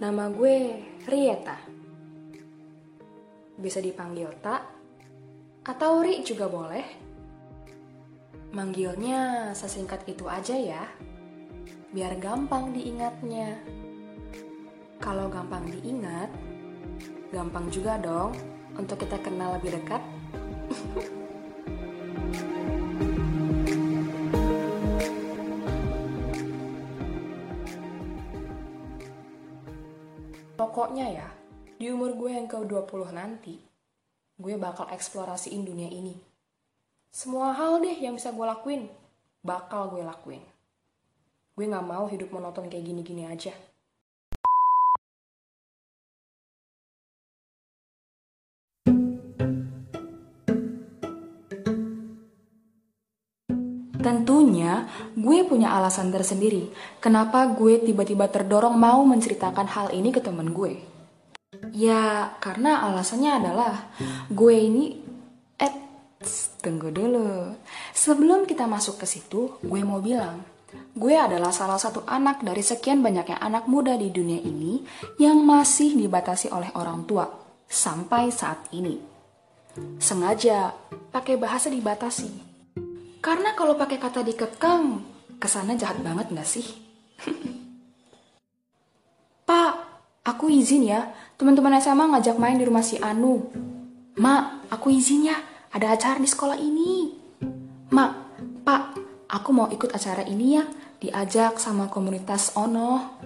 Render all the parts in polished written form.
Nama gue Rieta. Bisa dipanggil Tak atau Ri juga boleh. Manggilnya sesingkat itu aja ya, biar gampang diingatnya. Kalau gampang diingat, gampang juga dong untuk kita kenal lebih dekat. Pokoknya ya, di umur gue yang ke-20 nanti, gue bakal eksplorasiin dunia ini. Semua hal deh yang bisa gue lakuin, bakal gue lakuin. Gue gak mau hidup monoton kayak gini-gini aja. Tentunya, gue punya alasan tersendiri kenapa gue tiba-tiba terdorong mau menceritakan hal ini ke temen gue. Ya, karena alasannya adalah gue ini... tunggu dulu. Sebelum kita masuk ke situ, gue mau bilang, gue adalah salah satu anak dari sekian banyaknya anak muda di dunia ini yang masih dibatasi oleh orang tua sampai saat ini. Sengaja pakai bahasa dibatasi. Karena kalau pakai kata dikekang, kesannya jahat banget gak sih? Pak, aku izin ya, teman-teman SMA ngajak main di rumah si Anu. Mak, aku izin ya, ada acara di sekolah ini. Mak, Pak, aku mau ikut acara ini ya, diajak sama komunitas Ono.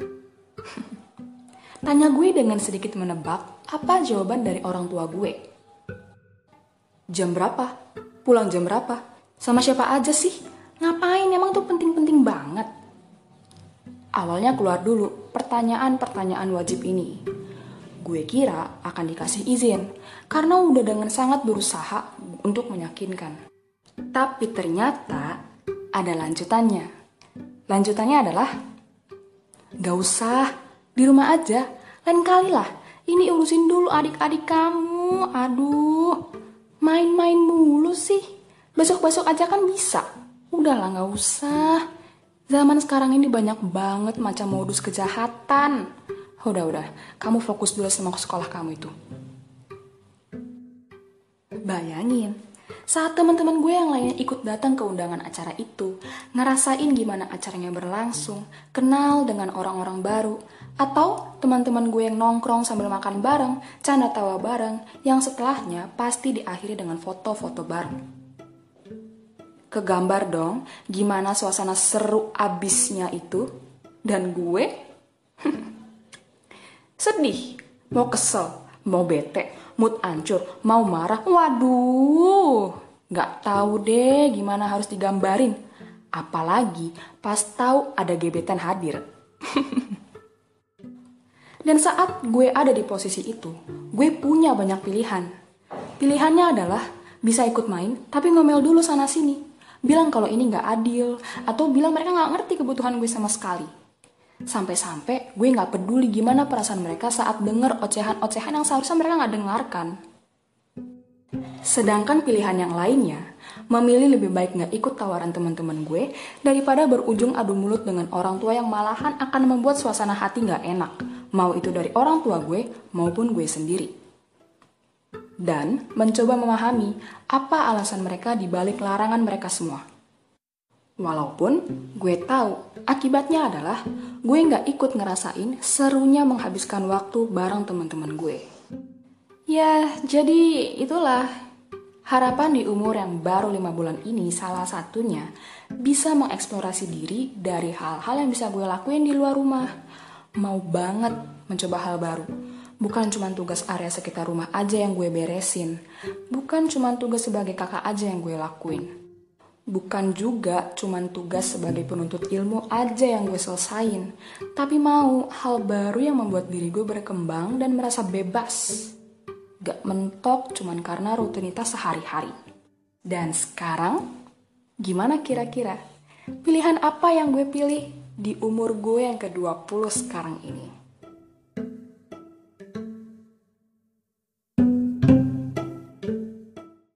Tanya gue dengan sedikit menebak, apa jawaban dari orang tua gue? Jam berapa? Pulang jam berapa? Sama siapa aja sih? Ngapain? Emang tuh penting-penting banget. Awalnya keluar dulu pertanyaan-pertanyaan wajib ini. Gue kira akan dikasih izin, karena udah dengan sangat berusaha untuk meyakinkan. Tapi ternyata ada lanjutannya. Lanjutannya adalah, gak usah, di rumah aja. Lain kali lah, ini urusin dulu adik-adik kamu. Aduh, main-main mulu sih. Besok-besok aja kan bisa. Udahlah gak usah. Zaman sekarang ini banyak banget macam modus kejahatan. Udah, kamu fokus dulu sama sekolah kamu itu. Bayangin, saat teman-teman gue yang lainnya ikut datang ke undangan acara itu, ngerasain gimana acaranya berlangsung, kenal dengan orang-orang baru, atau teman-teman gue yang nongkrong sambil makan bareng, canda tawa bareng, yang setelahnya pasti diakhiri dengan foto-foto bareng. Kegambar dong gimana suasana seru abisnya itu. Dan gue sedih, mau kesel, mau bete, mood hancur, mau marah. Waduh, gak tahu deh gimana harus digambarin. Apalagi pas tahu ada gebetan hadir. Dan saat gue ada di posisi itu, gue punya banyak pilihan. Pilihannya adalah bisa ikut main, tapi ngomel dulu sana-sini. Bilang kalau ini gak adil, atau bilang mereka gak ngerti kebutuhan gue sama sekali. Sampai-sampai gue gak peduli gimana perasaan mereka saat denger ocehan-ocehan yang seharusnya mereka gak dengarkan. Sedangkan pilihan yang lainnya, memilih lebih baik gak ikut tawaran teman-teman gue daripada berujung adu mulut dengan orang tua yang malahan akan membuat suasana hati gak enak, mau itu dari orang tua gue maupun gue sendiri. Dan mencoba memahami apa alasan mereka di balik larangan mereka semua. Walaupun gue tahu akibatnya adalah gue gak ikut ngerasain serunya menghabiskan waktu bareng teman-teman gue. Ya, jadi itulah harapan di umur yang baru 5 bulan ini, salah satunya bisa mengeksplorasi diri dari hal-hal yang bisa gue lakuin di luar rumah. Mau banget mencoba hal baru. Bukan cuma tugas area sekitar rumah aja yang gue beresin. Bukan cuma tugas sebagai kakak aja yang gue lakuin. Bukan juga cuma tugas sebagai penuntut ilmu aja yang gue selesain. Tapi mau hal baru yang membuat diri gue berkembang dan merasa bebas. Gak mentok cuma karena rutinitas sehari-hari. Dan sekarang, gimana kira-kira? Pilihan apa yang gue pilih di umur gue yang ke-20 sekarang ini?